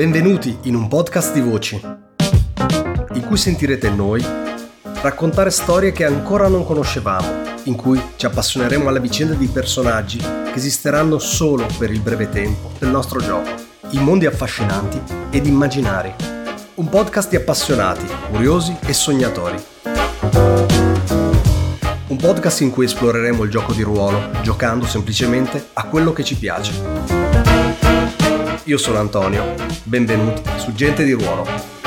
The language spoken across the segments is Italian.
Benvenuti in un podcast di voci, in cui sentirete noi raccontare storie che ancora non conoscevamo, in cui ci appassioneremo alla vicenda di personaggi che esisteranno solo per il breve tempo del nostro gioco, in mondi affascinanti ed immaginari. Un podcast di appassionati, curiosi e sognatori. Un podcast in cui esploreremo il gioco di ruolo, giocando semplicemente a quello che ci piace. Io sono Antonio, benvenuti su Gente di Ruolo.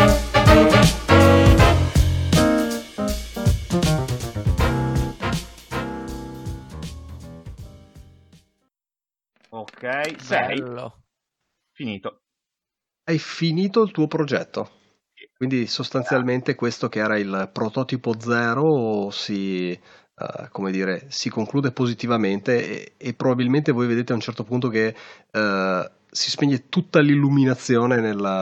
Ok, 6. Finito. Hai finito il tuo progetto, quindi sostanzialmente questo che era il prototipo zero si conclude positivamente e probabilmente voi vedete a un certo punto che si spegne tutta l'illuminazione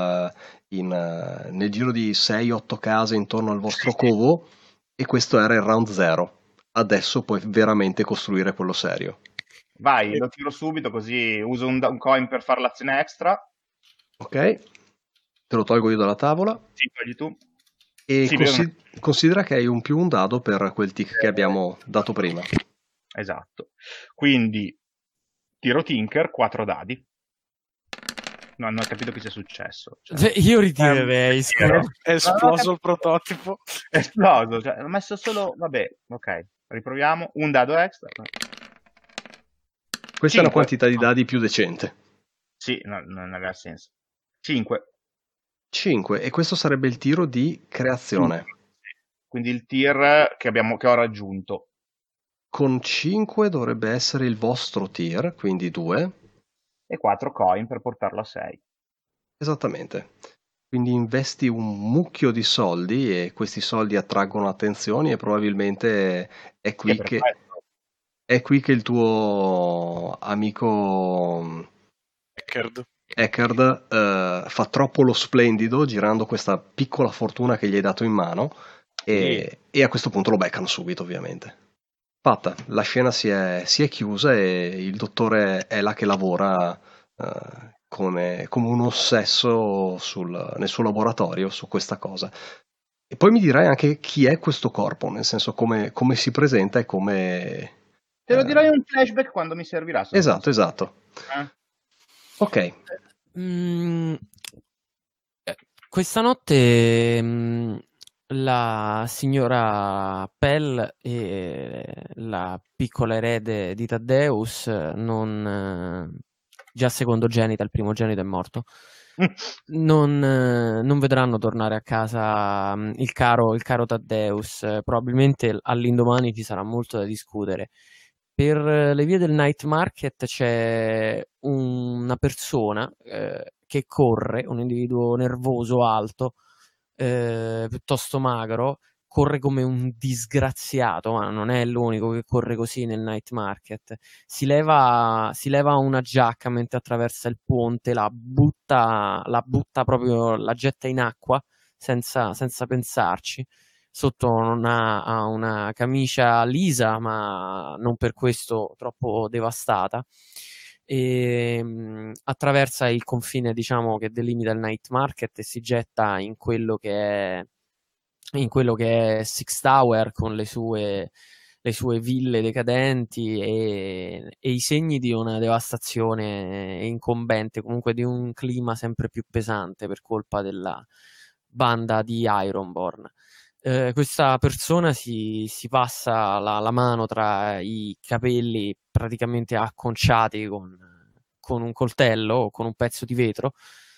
nel giro di 6-8 case intorno al vostro covo, e questo era il round zero. Adesso puoi veramente costruire quello serio. Vai, lo tiro subito così uso un coin per fare l'azione extra. Ok, te lo tolgo io dalla tavola. Sì, togli tu. E Sì, considera che hai un più un dado per quel tic che abbiamo dato prima. Esatto. Quindi tiro Tinker, 4 dadi. No, non ho capito che sia successo. Io ritirerei. È esploso il prototipo. È esploso. Cioè, ho messo solo... Vabbè, ok. Riproviamo. Un dado extra. Questa è una quantità di dadi più decente. Sì, no, non aveva senso. 5. 5, e questo sarebbe il tiro di creazione. Quindi il tier che ho raggiunto. Con 5 dovrebbe essere il vostro tier, quindi 2. E 4 coin per portarlo a 6. Esattamente. Quindi investi un mucchio di soldi e questi soldi attraggono attenzioni e probabilmente è qui che il tuo amico Eckerd fa troppo lo splendido girando questa piccola fortuna che gli hai dato in mano e a questo punto lo beccano subito, ovviamente. Fatta, la scena si è chiusa e il dottore è là che lavora come un ossesso nel suo laboratorio su questa cosa. E poi mi dirai anche chi è questo corpo, nel senso come si presenta e come... Te lo dirò in un flashback quando mi servirà. Esatto. Ok. Questa notte la signora Pell e la piccola erede di Thaddeus già secondogenita, il primogenito è morto, non vedranno tornare a casa il caro Thaddeus. Probabilmente all'indomani ci sarà molto da discutere. Per le vie del night market c'è una persona che corre, un individuo nervoso, alto, piuttosto magro, corre come un disgraziato, ma non è l'unico che corre così nel night market. Si leva una giacca mentre attraversa il ponte, la butta proprio, la getta in acqua senza pensarci. Sotto ha una camicia lisa, ma non per questo troppo devastata, e attraversa il confine, diciamo, che delimita il night market e si getta in quello che è Six Tower, con le sue ville decadenti e i segni di una devastazione incombente, comunque di un clima sempre più pesante per colpa della banda di Ironborn. Questa persona si passa la mano tra i capelli praticamente acconciati con un coltello o con un pezzo di vetro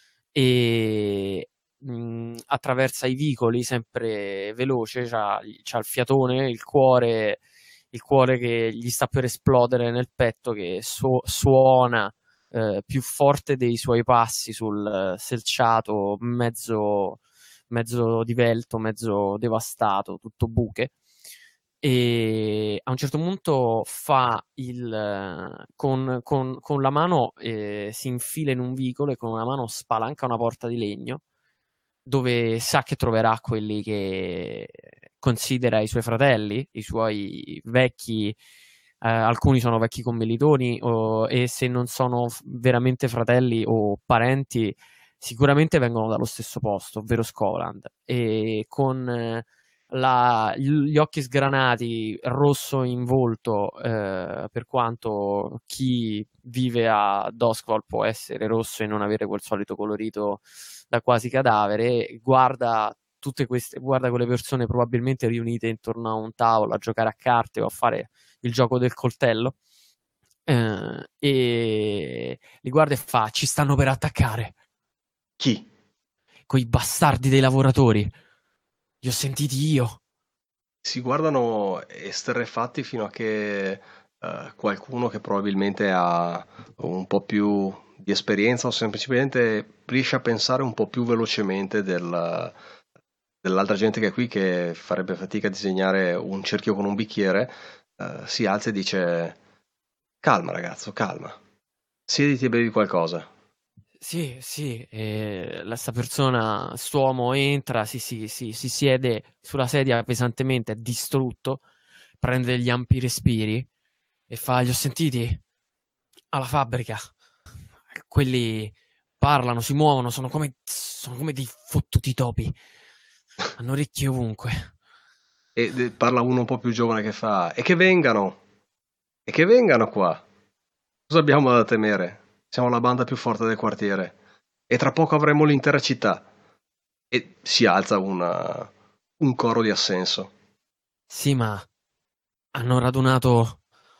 e attraversa i vicoli sempre veloce, c'ha il fiatone, il cuore che gli sta per esplodere nel petto, che suona più forte dei suoi passi sul selciato mezzo divelto, mezzo devastato, tutto buche. E a un certo punto fa con la mano si infila in un vicolo e con una mano spalanca una porta di legno, dove sa che troverà quelli che considera i suoi fratelli, i suoi vecchi. Alcuni sono vecchi commilitoni e se non sono veramente fratelli o parenti, sicuramente vengono dallo stesso posto, ovvero Scotland, e con gli occhi sgranati, rosso in volto, per quanto chi vive a Doskvol può essere rosso e non avere quel solito colorito da quasi cadavere, guarda quelle persone probabilmente riunite intorno a un tavolo a giocare a carte o a fare il gioco del coltello, e li guarda e fa: ci stanno per attaccare. Chi? Quei bastardi dei lavoratori. Li ho sentiti io. Si guardano esterrefatti fino a che qualcuno che probabilmente ha un po' più di esperienza o semplicemente riesce a pensare un po' più velocemente dell'altra gente che è qui, che farebbe fatica a disegnare un cerchio con un bicchiere, si alza e dice: calma ragazzo, calma, siediti e bevi qualcosa. Sì, sta persona, st'uomo entra, si siede sulla sedia pesantemente, è distrutto, prende degli ampi respiri e fa: li ho sentiti alla fabbrica. Quelli parlano, si muovono, sono come dei fottuti topi. Hanno orecchie ovunque. E parla uno un po' più giovane che fa: e che vengano qua. Cosa abbiamo da temere? Siamo la banda più forte del quartiere e tra poco avremo l'intera città. E si alza un coro di assenso. Sì, ma hanno radunato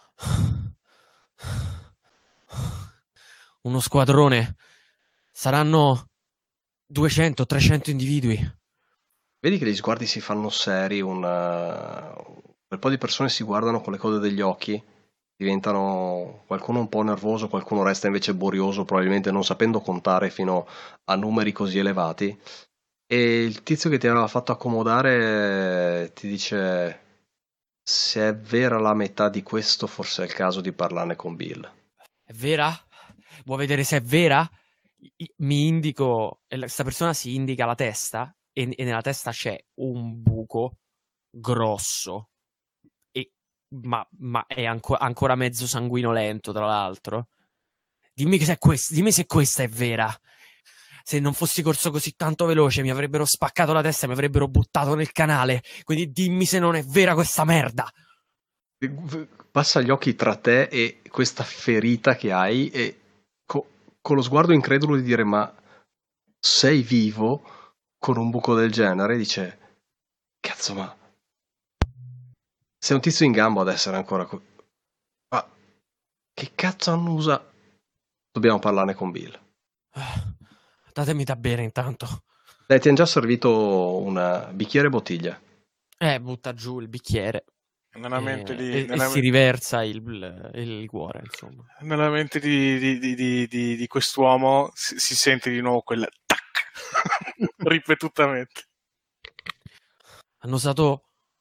uno squadrone. Saranno 200-300 individui. Vedi che gli sguardi si fanno seri, un bel po' di persone si guardano con le code degli occhi, diventano qualcuno un po' nervoso, qualcuno resta invece borioso, probabilmente non sapendo contare fino a numeri così elevati. E il tizio che ti aveva fatto accomodare ti dice: se è vera la metà di questo, forse è il caso di parlarne con Bill. È vera? Vuoi vedere se è vera? Mi indico, questa persona si indica la testa e nella testa c'è un buco grosso, ma è ancora mezzo sanguinolento, tra l'altro. Dimmi se questa è vera. Se non fossi corso così tanto veloce mi avrebbero spaccato la testa e mi avrebbero buttato nel canale. Quindi dimmi se non è vera questa merda. Passa gli occhi tra te e questa ferita che hai e con lo sguardo incredulo di dire: ma sei vivo con un buco del genere? Dice: cazzo, ma sei un tizio in gamba ad essere ancora qui. Ma che cazzo annusa? Dobbiamo parlarne con Bill. Datemi da bere intanto. Dai, ti hanno già servito un bicchiere e bottiglia. Butta giù il bicchiere Nella mente e si riversa il liquore, insomma. Nella mente di quest'uomo si sente di nuovo quel tac ripetutamente. Hanno usato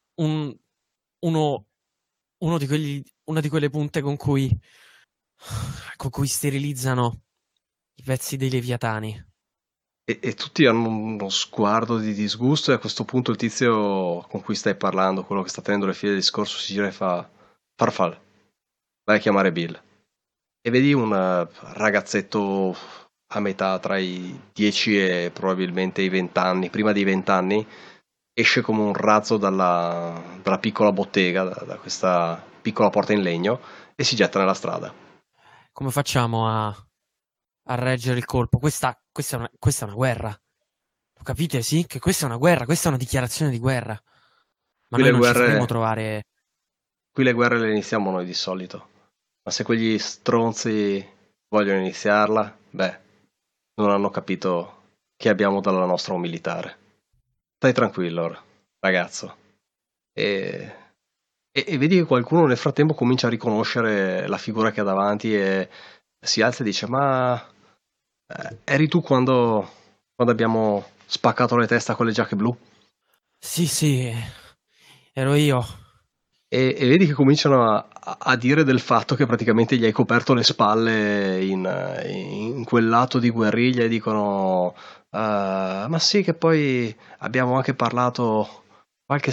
una di quelle punte con cui sterilizzano i pezzi dei leviatani. E tutti hanno uno sguardo di disgusto, e a questo punto il tizio con cui stai parlando, quello che sta tenendo le file del discorso, si gira e fa: Farfal, vai a chiamare Bill. E vedi un ragazzetto a metà tra i 10 e probabilmente i 20 anni, prima dei 20 anni, esce come un razzo dalla piccola bottega, da questa piccola porta in legno, e si getta nella strada. Come facciamo a reggere il colpo? Questa è una guerra. Lo capite, sì? Che questa è una guerra, questa è una dichiarazione di guerra. Ma noi non ci sapremo trovare... Qui le guerre le iniziamo noi di solito. Ma se quegli stronzi vogliono iniziarla, beh, non hanno capito che abbiamo dalla nostra militare. Stai tranquillo, ragazzo. E vedi che qualcuno nel frattempo comincia a riconoscere la figura che ha davanti e si alza e dice: ma eri tu quando abbiamo spaccato le teste a quelle giacche blu? Sì, ero io. E vedi che cominciano a dire del fatto che praticamente gli hai coperto le spalle in quel lato di guerriglia, e dicono: ma sì, che poi abbiamo anche parlato qualche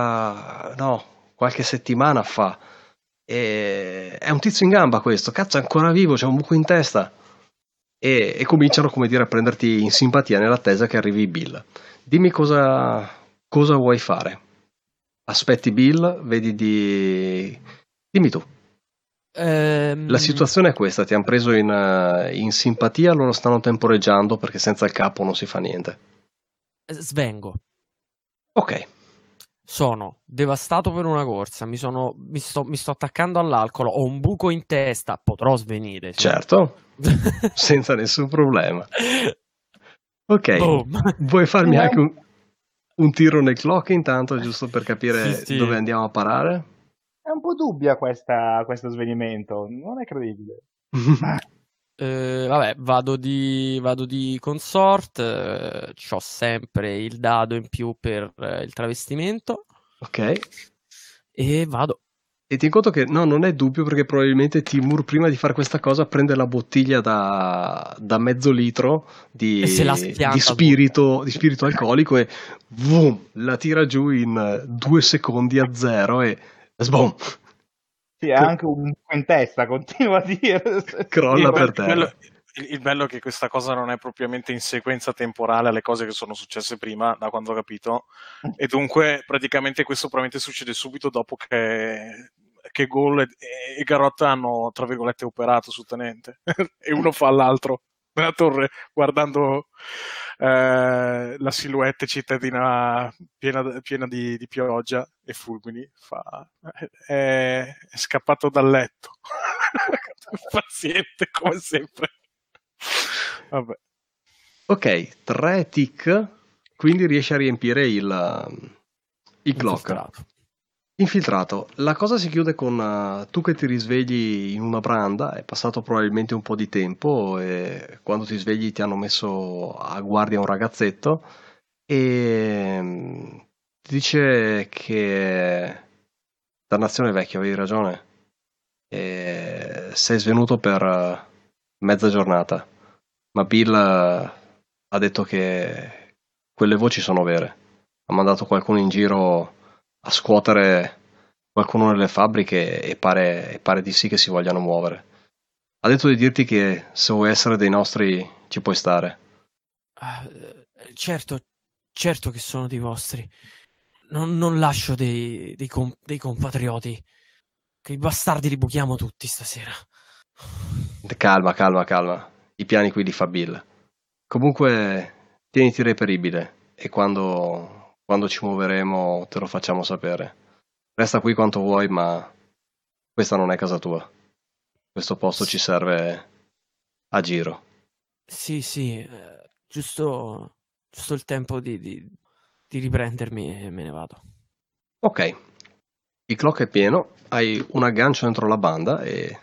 settimana fa. E è un tizio in gamba questo, cazzo, è ancora vivo, c'è un buco in testa. e cominciano, come dire, a prenderti in simpatia nell'attesa che arrivi Bill. Dimmi cosa vuoi fare. Aspetti Bill, vedi di... Dimmi tu. La situazione è questa, ti hanno preso in simpatia, loro stanno temporeggiando perché senza il capo non si fa niente. Svengo. Ok, Sono devastato per una corsa, mi sto attaccando all'alcol, ho un buco in testa, potrò svenire. Sì. certo, senza nessun problema. Ok, Boom. vuoi farmi anche un tiro nel clock intanto, giusto per capire Sì, sì. dove andiamo a parare? È un po' dubbia questo svenimento, non è credibile. Vabbè, vado di consort, c'ho sempre il dado in più per il travestimento Ok, e vado. e ti conto che no, non è dubbio perché probabilmente Timur prima di fare questa cosa prende la bottiglia da mezzo litro E se la di schianta spirito alcolico e boom, la tira giù in 2 secondi a 0 e sbom, Sì, è anche un buco in testa, continua a dire. crolla per terra. Il bello è che questa cosa non è propriamente in sequenza temporale alle cose che sono successe prima, da quando ho capito, e dunque praticamente questo probabilmente succede subito dopo che Gol e Garotta hanno, tra virgolette, operato su Tenente, e uno fa all'altro nella torre, guardando la silhouette cittadina piena di pioggia e fulmini, è scappato dal letto. Paziente come sempre. Vabbè. Ok, 3 tick, quindi riesci a riempire il clock. Infiltrato. La cosa si chiude con tu che ti risvegli in una branda, è passato probabilmente un po' di tempo e quando ti svegli ti hanno messo a guardia un ragazzetto e ti dice che dannazione vecchio, avevi ragione. E sei svenuto per mezza giornata, ma Bill ha detto che quelle voci sono vere. Ha mandato qualcuno in giro a scuotere qualcuno nelle fabbriche e pare di sì che si vogliano muovere. Ha detto di dirti che se vuoi essere dei nostri ci puoi stare. Certo che sono dei vostri. Non lascio dei compatrioti. Che i bastardi li buchiamo tutti stasera. Calma. I piani qui li fa Bill. Comunque, tieniti reperibile e quando ci muoveremo te lo facciamo sapere. Resta qui quanto vuoi, ma questa non è casa tua. Questo posto ci serve a giro. Sì, giusto il tempo di riprendermi e me ne vado. Ok, il clock è pieno, hai un aggancio dentro la banda e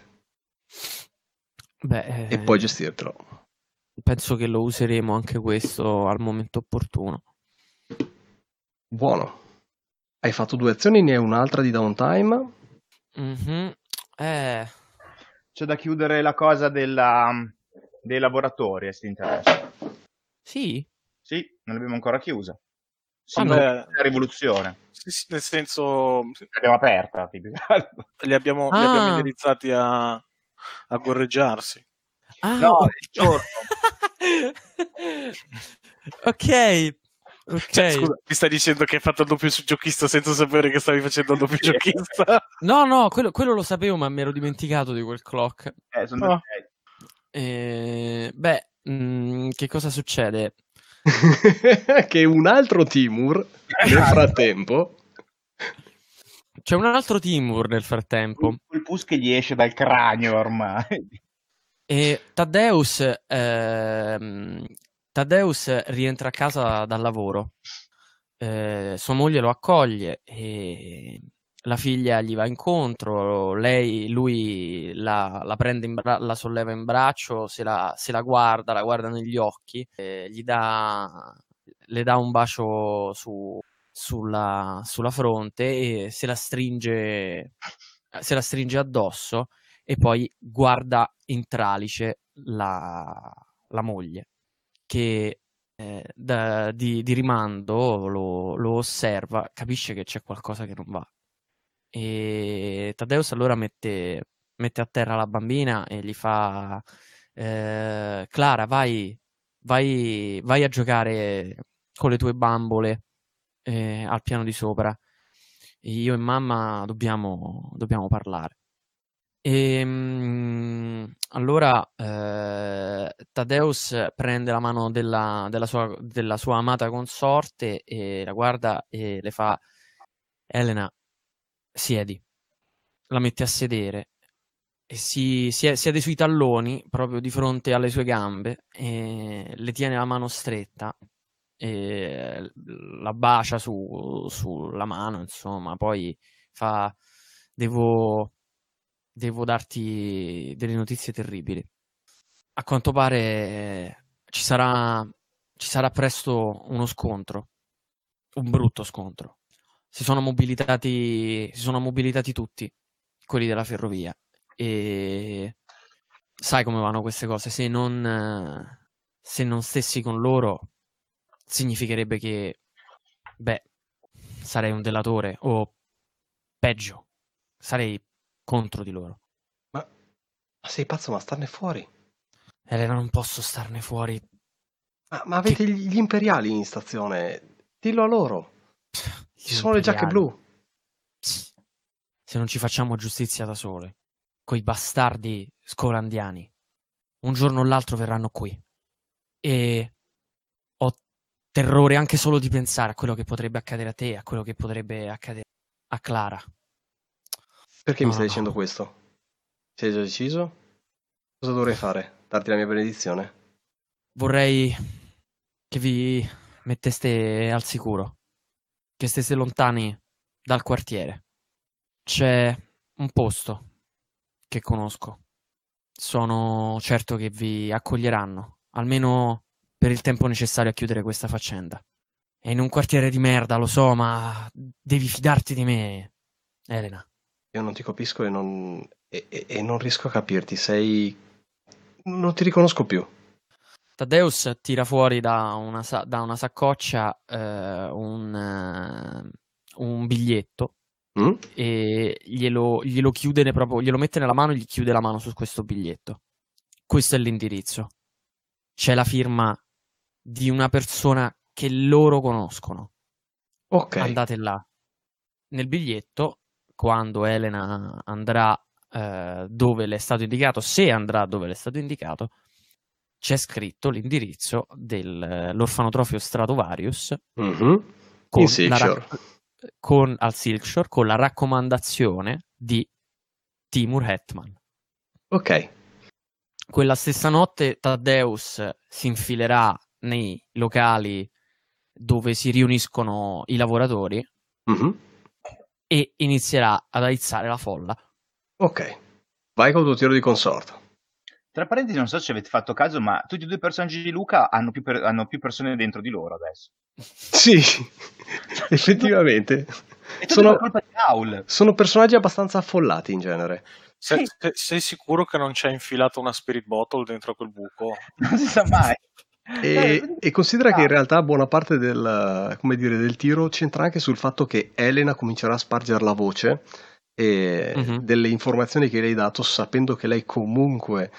puoi gestirtelo. Penso che lo useremo anche questo al momento opportuno. Buono. Hai fatto 2 azioni, ne hai un'altra di downtime. Mm-hmm. C'è da chiudere la cosa dei laboratori, se ti interessa. Sì? Sì, non l'abbiamo ancora chiusa. Sì, Vabbè, la rivoluzione. sì, nel senso, L'abbiamo aperta, li abbiamo indirizzati a guerreggiarsi. No, il giorno. Ok. Cioè, scusa, mi stai dicendo che hai fatto il doppio giochista senza sapere che stavi facendo il doppio giochista? No, quello lo sapevo, ma mi ero dimenticato di quel clock. Sono che cosa succede? Che un altro Timur nel frattempo c'è un altro Timur nel frattempo. Il pus che gli esce dal cranio ormai. E Taddeus rientra a casa dal lavoro. Sua moglie lo accoglie e la figlia gli va incontro. Lui la prende la solleva in braccio, se la guarda negli occhi, le dà un bacio sulla fronte e se la stringe addosso e poi guarda in tralice la moglie che di rimando lo osserva, capisce che c'è qualcosa che non va e Taddeus allora mette a terra la bambina e gli fa Clara, vai a giocare con le tue bambole al piano di sopra. Io e mamma dobbiamo parlare. Allora Thaddeus prende la mano della sua amata consorte e la guarda e le fa: Elena, siedi. La mette a sedere e siede sui talloni proprio di fronte alle sue gambe e le tiene la mano stretta e la bacia sulla mano, insomma. Poi fa: devo darti delle notizie terribili. A quanto pare ci sarà presto uno scontro, un brutto scontro. Si sono mobilitati tutti quelli della ferrovia e sai come vanno queste cose. Se non stessi con loro significherebbe che sarei un delatore o peggio, sarei contro di loro. Ma sei pazzo, ma starne fuori. Elena, non posso starne fuori. Ma avete gli imperiali in stazione, dillo a loro. Ci sono le giacche blu. Se non ci facciamo giustizia da sole, coi bastardi scolandiani, un giorno o l'altro verranno qui. E ho terrore anche solo di pensare a quello che potrebbe accadere a te, a quello che potrebbe accadere a Clara. Perché mi stai dicendo questo? Sei già deciso? Cosa dovrei fare? Darti la mia benedizione? Vorrei che vi metteste al sicuro, che steste lontani dal quartiere. C'è un posto che conosco. Sono certo che vi accoglieranno, almeno per il tempo necessario a chiudere questa faccenda. È in un quartiere di merda, lo so, ma devi fidarti di me, Elena. Io non ti capisco e non riesco a capirti. Non ti riconosco più. Thaddeus tira fuori da una saccoccia un biglietto e glielo chiude proprio, glielo mette nella mano e gli chiude la mano su questo biglietto. Questo è l'indirizzo. C'è la firma di una persona che loro conoscono. Ok. Andate là. Nel biglietto, quando Elena andrà dove le è stato indicato, se andrà dove le è stato indicato, c'è scritto l'indirizzo dell'orfanotrofio Stratovarius In Silkshore. al Silkshore, con la raccomandazione di Timur Hetman. Ok. Quella stessa notte Thaddeus si infilerà nei locali dove si riuniscono i lavoratori e inizierà ad aizzare la folla. Ok. Vai con il tuo tiro di consorto. Tra parentesi, non so se avete fatto caso, ma tutti e due i personaggi di Luca hanno più persone dentro di loro adesso. Sì, effettivamente. E tutto per colpa di Raul. Sono personaggi abbastanza affollati in genere. Sei sicuro che non c'è infilato una spirit bottle dentro quel buco? Non si sa mai. E considera che in realtà buona parte del tiro c'entra anche sul fatto che Elena comincerà a spargere la voce e delle informazioni che lei ha dato, sapendo che lei comunque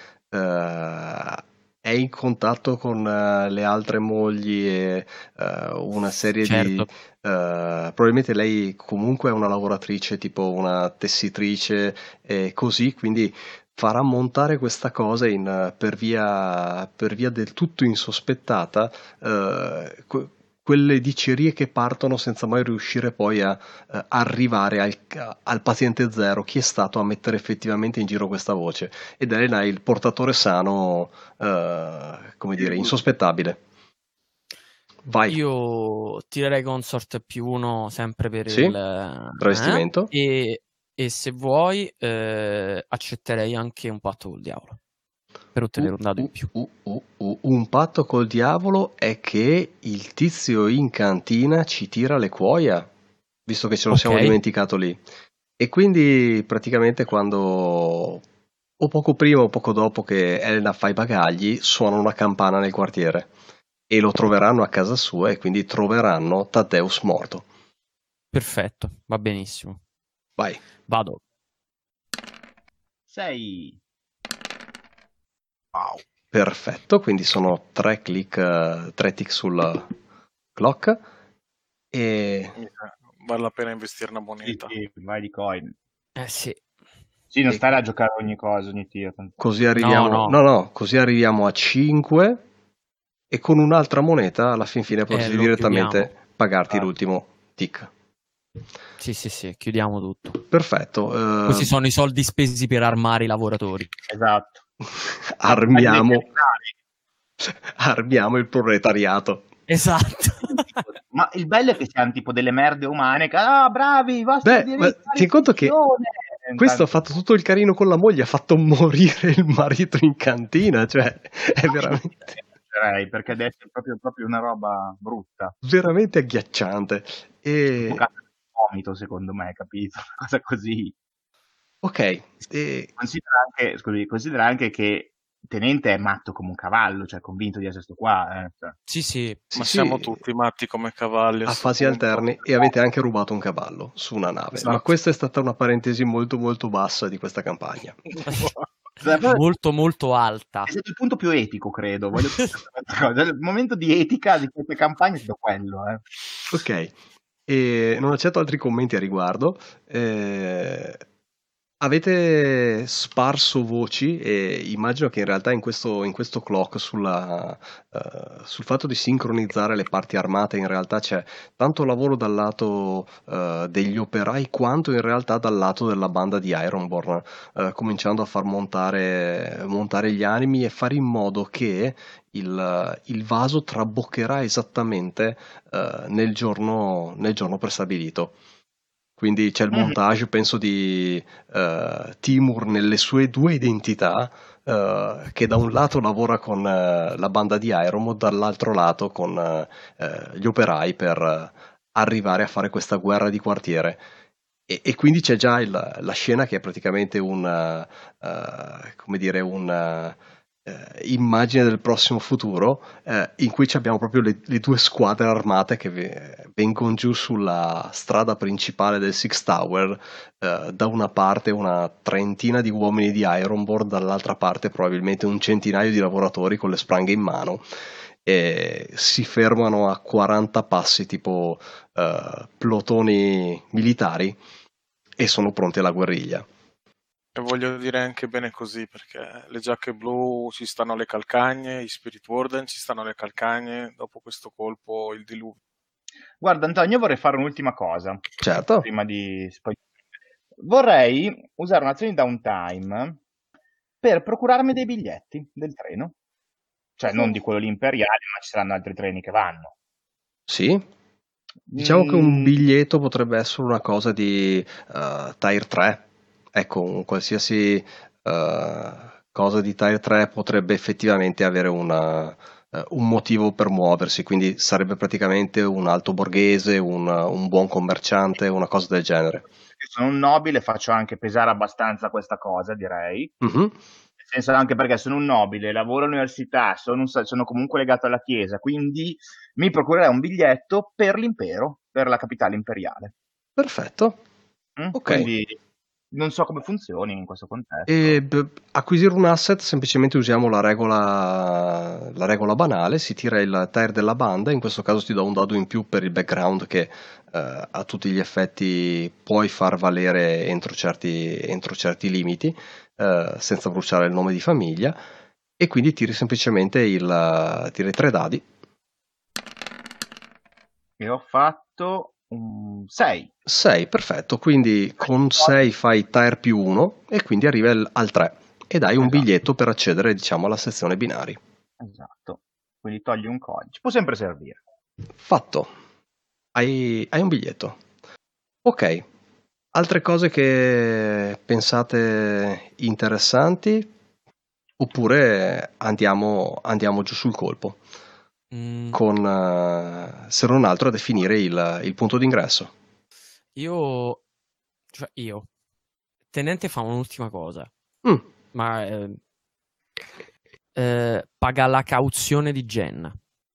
è in contatto con le altre mogli e una serie di... probabilmente lei comunque è una lavoratrice, tipo una tessitrice e così, quindi farà montare questa cosa per via del tutto insospettata, quelle dicerie che partono senza mai riuscire poi a arrivare al paziente zero, chi è stato a mettere effettivamente in giro questa voce. Ed Elena è il portatore sano, insospettabile. Vai. Io tirerei consort +1 sempre per il travestimento. E se vuoi accetterei anche un patto col diavolo per ottenere un dado in più. Un patto col diavolo è che il tizio in cantina ci tira le cuoia, visto che ce lo siamo dimenticato lì. E quindi praticamente quando o poco prima o poco dopo che Elena fa i bagagli suona una campana nel quartiere e lo troveranno a casa sua e quindi troveranno Thaddeus morto. Perfetto, va benissimo. Vai. Vado. 6. Wow. Perfetto, quindi sono 3 click, 3 tick sul clock e Vale la pena investire una Sì, moneta. sì, vai di coin. Sì. Sì, non E- stare a giocare ogni cosa, ogni tiro. così arriviamo, No. così arriviamo a 5 e con un'altra moneta alla fin fine potresti Lo chiudiamo. direttamente pagarti Ah. l'ultimo tick. Sì, chiudiamo tutto. Perfetto, Questi sono i soldi spesi per armare i lavoratori. Esatto. armiamo il proletariato. Esatto. Ma il bello è che siano tipo delle merde umane che bravi, i vostri Beh, diritti, ma tieni conto che questo ha fatto tutto il carino con la moglie, ha fatto morire il marito in cantina, cioè è veramente perché adesso è proprio una roba brutta. veramente agghiacciante. Un cazzo di vomito, secondo me, capito? Una cosa così. Ok, Considera anche che Tenente è matto come un cavallo, cioè convinto di essere sto qua. Cioè. Sì. Ma siamo tutti matti come cavalli. a fasi alterni e avete anche rubato un cavallo su una nave. Esatto. Ma questa è stata una parentesi molto molto bassa di questa campagna. Molto molto alta. È stato il punto più etico, credo. Voglio cosa. Il momento di etica di queste campagne è stato quello. Ok, e non accetto altri commenti a riguardo. Avete sparso voci e immagino che in realtà in questo clock sul fatto di sincronizzare le parti armate in realtà c'è tanto lavoro dal lato degli operai quanto in realtà dal lato della banda di Ironborn, cominciando a far montare gli animi e fare in modo che il vaso traboccherà esattamente nel giorno prestabilito. Quindi c'è il montage, penso, di Timur nelle sue 2 identità, che da un lato lavora con la banda di Ironmod, dall'altro lato con gli operai per arrivare a fare questa guerra di quartiere. E quindi c'è già la scena che è praticamente come dire, immagine del prossimo futuro, in cui abbiamo proprio le 2 squadre armate che vengono giù sulla strada principale del Six Tower, da una parte una trentina di uomini di Ironborn, dall'altra parte probabilmente un centinaio di lavoratori con le spranghe in mano, e si fermano a 40 passi tipo plotoni militari e sono pronti alla guerriglia. E voglio dire anche bene così, perché le giacche blu ci stanno alle calcagne, i Spirit Warden ci stanno alle calcagne, dopo questo colpo il diluvio. Guarda Antonio, io vorrei fare un'ultima cosa. Certo. Prima di vorrei usare un'azione di downtime per procurarmi dei biglietti del treno. Cioè non di quello lì imperiale, ma ci saranno altri treni che vanno. Sì. Diciamo che un biglietto potrebbe essere una cosa di Tier 3. Ecco, un qualsiasi cosa di Tier 3 potrebbe effettivamente avere un motivo per muoversi, quindi sarebbe praticamente un alto borghese, un buon commerciante, una cosa del genere. Sono un nobile, faccio anche pesare abbastanza questa cosa, direi. Mm-hmm. Nel senso anche perché sono un nobile, lavoro all'università, sono comunque legato alla chiesa, quindi mi procurerei un biglietto per l'impero, per la capitale imperiale. Perfetto. Ok. Quindi non so come funzioni in questo contesto. E acquisire un asset, semplicemente usiamo la regola banale, si tira il tier della banda, in questo caso ti do un dado in più per il background che a tutti gli effetti puoi far valere entro certi limiti, senza bruciare il nome di famiglia, e quindi tiri semplicemente tiri 3 dadi. E ho fatto 6. 6, perfetto, quindi con 6 fai tier più 1 e quindi arrivi al 3 e dai un biglietto per accedere, diciamo, alla sezione binari. Esatto, quindi togli un codice, può sempre servire. Fatto, hai un biglietto. Ok, altre cose che pensate interessanti oppure andiamo giù sul colpo con se non altro a definire il punto d'ingresso. Io Tenente fa un'ultima cosa, ma paga la cauzione di Jenna.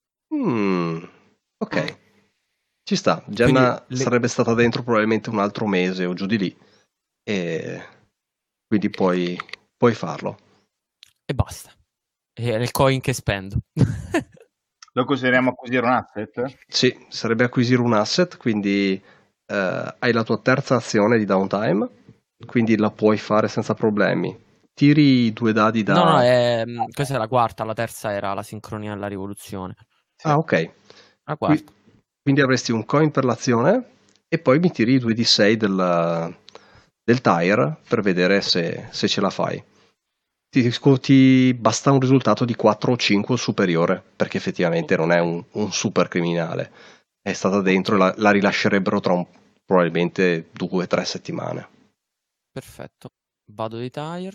Ok, ci sta. Jenna sarebbe stata dentro probabilmente un altro mese o giù di lì, e quindi puoi farlo. E basta. È il coin che spendo. Lo consideriamo acquisire un asset? Sì, sarebbe acquisire un asset, quindi hai la tua terza azione di downtime, quindi la puoi fare senza problemi. Tiri 2 dadi No, da... questa è la quarta, la terza era la sincronia e la rivoluzione. Sì. Ah, ok. La quarta. Quindi avresti un coin per l'azione e poi mi tiri i 2d6 del tire per vedere se ce la fai. Ti basta un risultato di 4 o 5 o superiore, perché effettivamente non è un super criminale. È stata dentro e la rilascerebbero tra probabilmente 2 o 3 settimane. Perfetto. Vado di tire.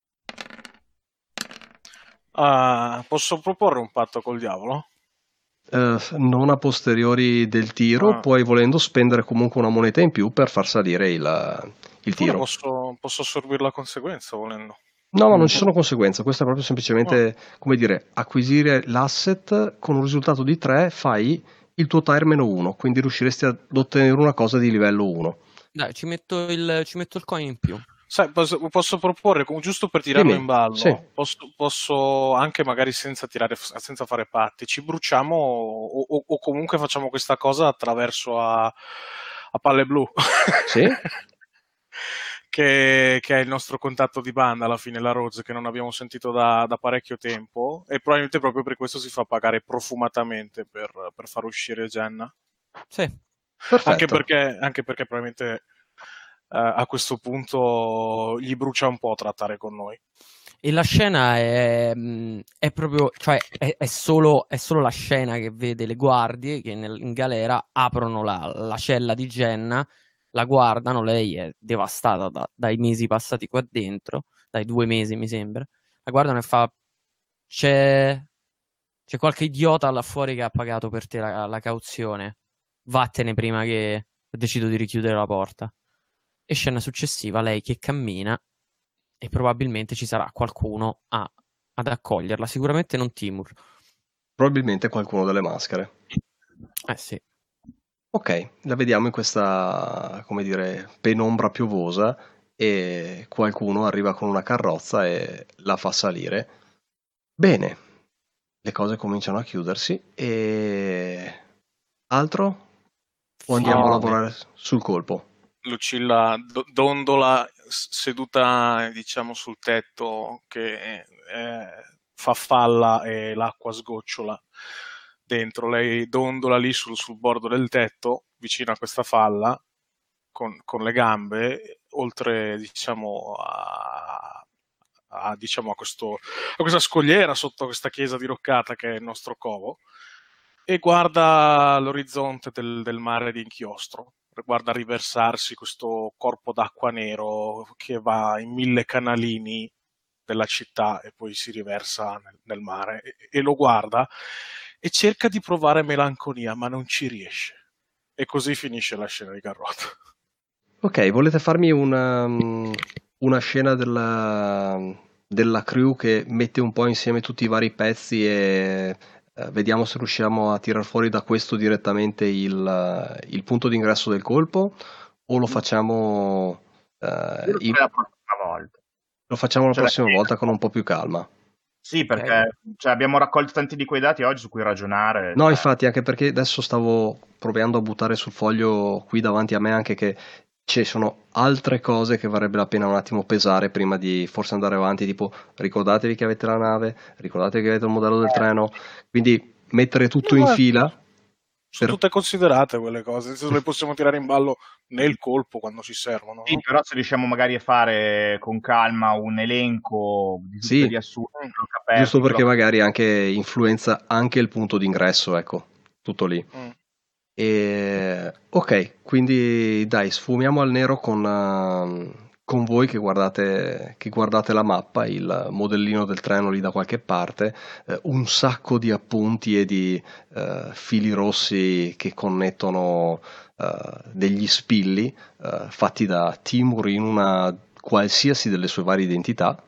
Posso proporre un patto col diavolo? Non a posteriori del tiro, puoi volendo spendere comunque una moneta in più per far salire il tiro. Posso assorbire la conseguenza volendo. No, ma non ci sono conseguenze, questo è proprio semplicemente, come dire, acquisire l'asset con un risultato di 3, fai il tuo tire -1, quindi riusciresti ad ottenere una cosa di livello 1. Dai, ci metto il coin in più. Sai, posso proporre, giusto per tirarlo in ballo, sì. posso anche magari senza fare patti, ci bruciamo o comunque facciamo questa cosa attraverso a Palle Blu. Sì? che è il nostro contatto di banda alla fine, la Rose, che non abbiamo sentito da parecchio tempo, e probabilmente proprio per questo si fa pagare profumatamente per far uscire Jenna. Sì. Perfetto. Anche perché probabilmente a questo punto gli brucia un po' trattare con noi. E la scena è proprio, cioè è solo la scena che vede le guardie che in galera aprono la cella di Jenna, la guardano, lei è devastata dai mesi passati qua dentro, dai 2 mesi mi sembra, la guardano e fa c'è qualche idiota là fuori che ha pagato per te la cauzione, vattene prima che decido di richiudere la porta. E scena successiva, lei che cammina e probabilmente ci sarà qualcuno ad accoglierla, sicuramente non Timur. Probabilmente qualcuno delle maschere. Sì. Ok, la vediamo in questa, come dire, penombra piovosa e qualcuno arriva con una carrozza e la fa salire. Bene, le cose cominciano a chiudersi e... Altro? O andiamo a lavorare sul colpo? Lucilla dondola seduta, diciamo, sul tetto che fa falla e l'acqua sgocciola dentro. Lei dondola lì sul bordo del tetto, vicino a questa falla, con le gambe, oltre, diciamo, diciamo, a questa scogliera sotto questa chiesa diroccata che è il nostro covo, e guarda l'orizzonte del mare di inchiostro, guarda riversarsi questo corpo d'acqua nero che va in 1000 canalini della città e poi si riversa nel mare, e lo guarda e cerca di provare melanconia, ma non ci riesce. E così finisce la scena di Garrotto. Ok, volete farmi una scena della crew che mette un po' insieme tutti i vari pezzi e vediamo se riusciamo a tirar fuori da questo direttamente il punto d'ingresso del colpo, o lo facciamo la prossima volta. Lo facciamo la prossima volta con un po' più calma. Sì, perché abbiamo raccolto tanti di quei dati oggi su cui ragionare. No, infatti, anche perché adesso stavo provando a buttare sul foglio qui davanti a me anche che ci sono altre cose che varrebbe la pena un attimo pesare prima di forse andare avanti, tipo ricordatevi che avete la nave, ricordatevi che avete il modello del treno, quindi mettere tutto in fila. Sono tutte considerate quelle cose, se le possiamo tirare in ballo nel colpo quando ci servono. Sì, no? però se riusciamo magari a fare con calma un elenco di tutti gli assunti, giusto perché magari anche influenza anche il punto d'ingresso, ecco, tutto lì. E, ok, quindi dai, sfumiamo al nero con voi che guardate la mappa, il modellino del treno lì da qualche parte, un sacco di appunti e di fili rossi che connettono degli spilli fatti da Timur in una qualsiasi delle sue varie identità,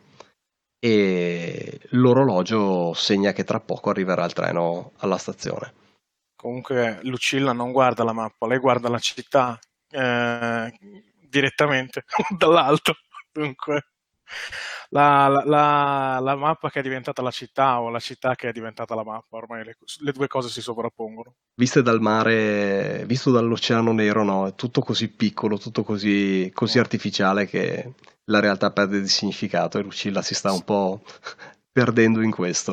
e l'orologio segna che tra poco arriverà il treno alla stazione. Comunque Lucilla non guarda la mappa, lei guarda la città direttamente dall'alto, dunque la mappa che è diventata la città o la città che è diventata la mappa, ormai le due cose si sovrappongono. Viste dal mare, visto dall'Oceano Nero, no, è tutto così piccolo, tutto così artificiale che la realtà perde di significato e Lucilla si sta un po' perdendo in questo.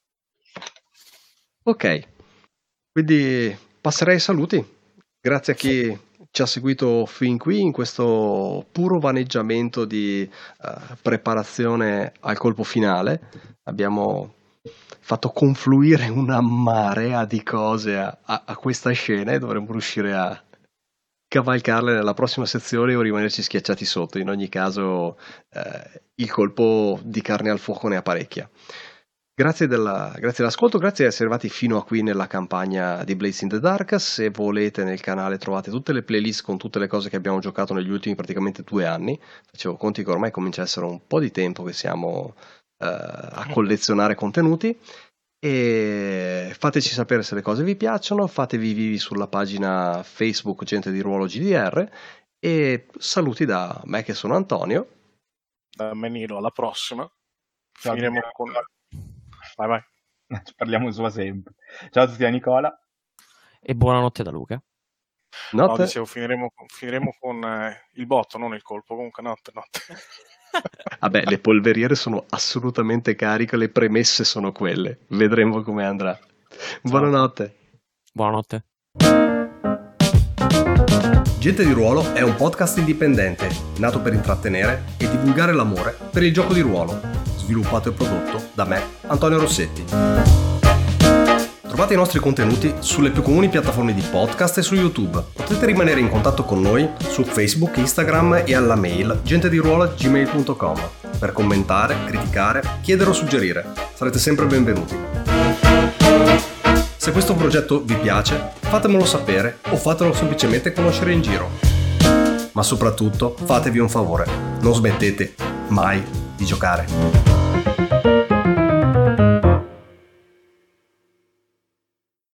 Ok, quindi passerei ai saluti. Grazie a chi ci ha seguito fin qui in questo puro vaneggiamento di preparazione al colpo finale. Abbiamo fatto confluire una marea di cose a questa scena e dovremmo riuscire a cavalcarle nella prossima sezione o rimanerci schiacciati sotto. In ogni caso il colpo di carne al fuoco ne apparecchia. Grazie dell'ascolto, grazie di essere arrivati fino a qui nella campagna di Blades in the Dark. Se volete nel canale trovate tutte le playlist con tutte le cose che abbiamo giocato negli ultimi praticamente 2 anni. Facevo conti che ormai comincia a essere un po' di tempo che siamo a collezionare contenuti. E fateci sapere se le cose vi piacciono, fatevi vivi sulla pagina Facebook Gente di Ruolo GDR e saluti da me che sono Antonio. Da Menino, alla prossima. Ciao, Finiremo con... Vai. Ci parliamo solo sempre. Ciao a tutti da Nicola. E buonanotte da Luca. Notte. No, dicevo, finiremo con il botto, non il colpo. Comunque notte. Vabbè, le polveriere sono assolutamente cariche, le premesse sono quelle. Vedremo come andrà. Buonanotte. Buonanotte. Gente di Ruolo è un podcast indipendente, nato per intrattenere e divulgare l'amore per il gioco di ruolo. Sviluppato e prodotto da me, Antonio Rossetti. Trovate i nostri contenuti sulle più comuni piattaforme di podcast e su YouTube. Potete rimanere in contatto con noi su Facebook, Instagram e alla mail gentediruolo@gmail.com per commentare, criticare, chiedere o suggerire. Sarete sempre benvenuti. Se questo progetto vi piace, fatemelo sapere o fatelo semplicemente conoscere in giro. Ma soprattutto fatevi un favore, non smettete mai di giocare.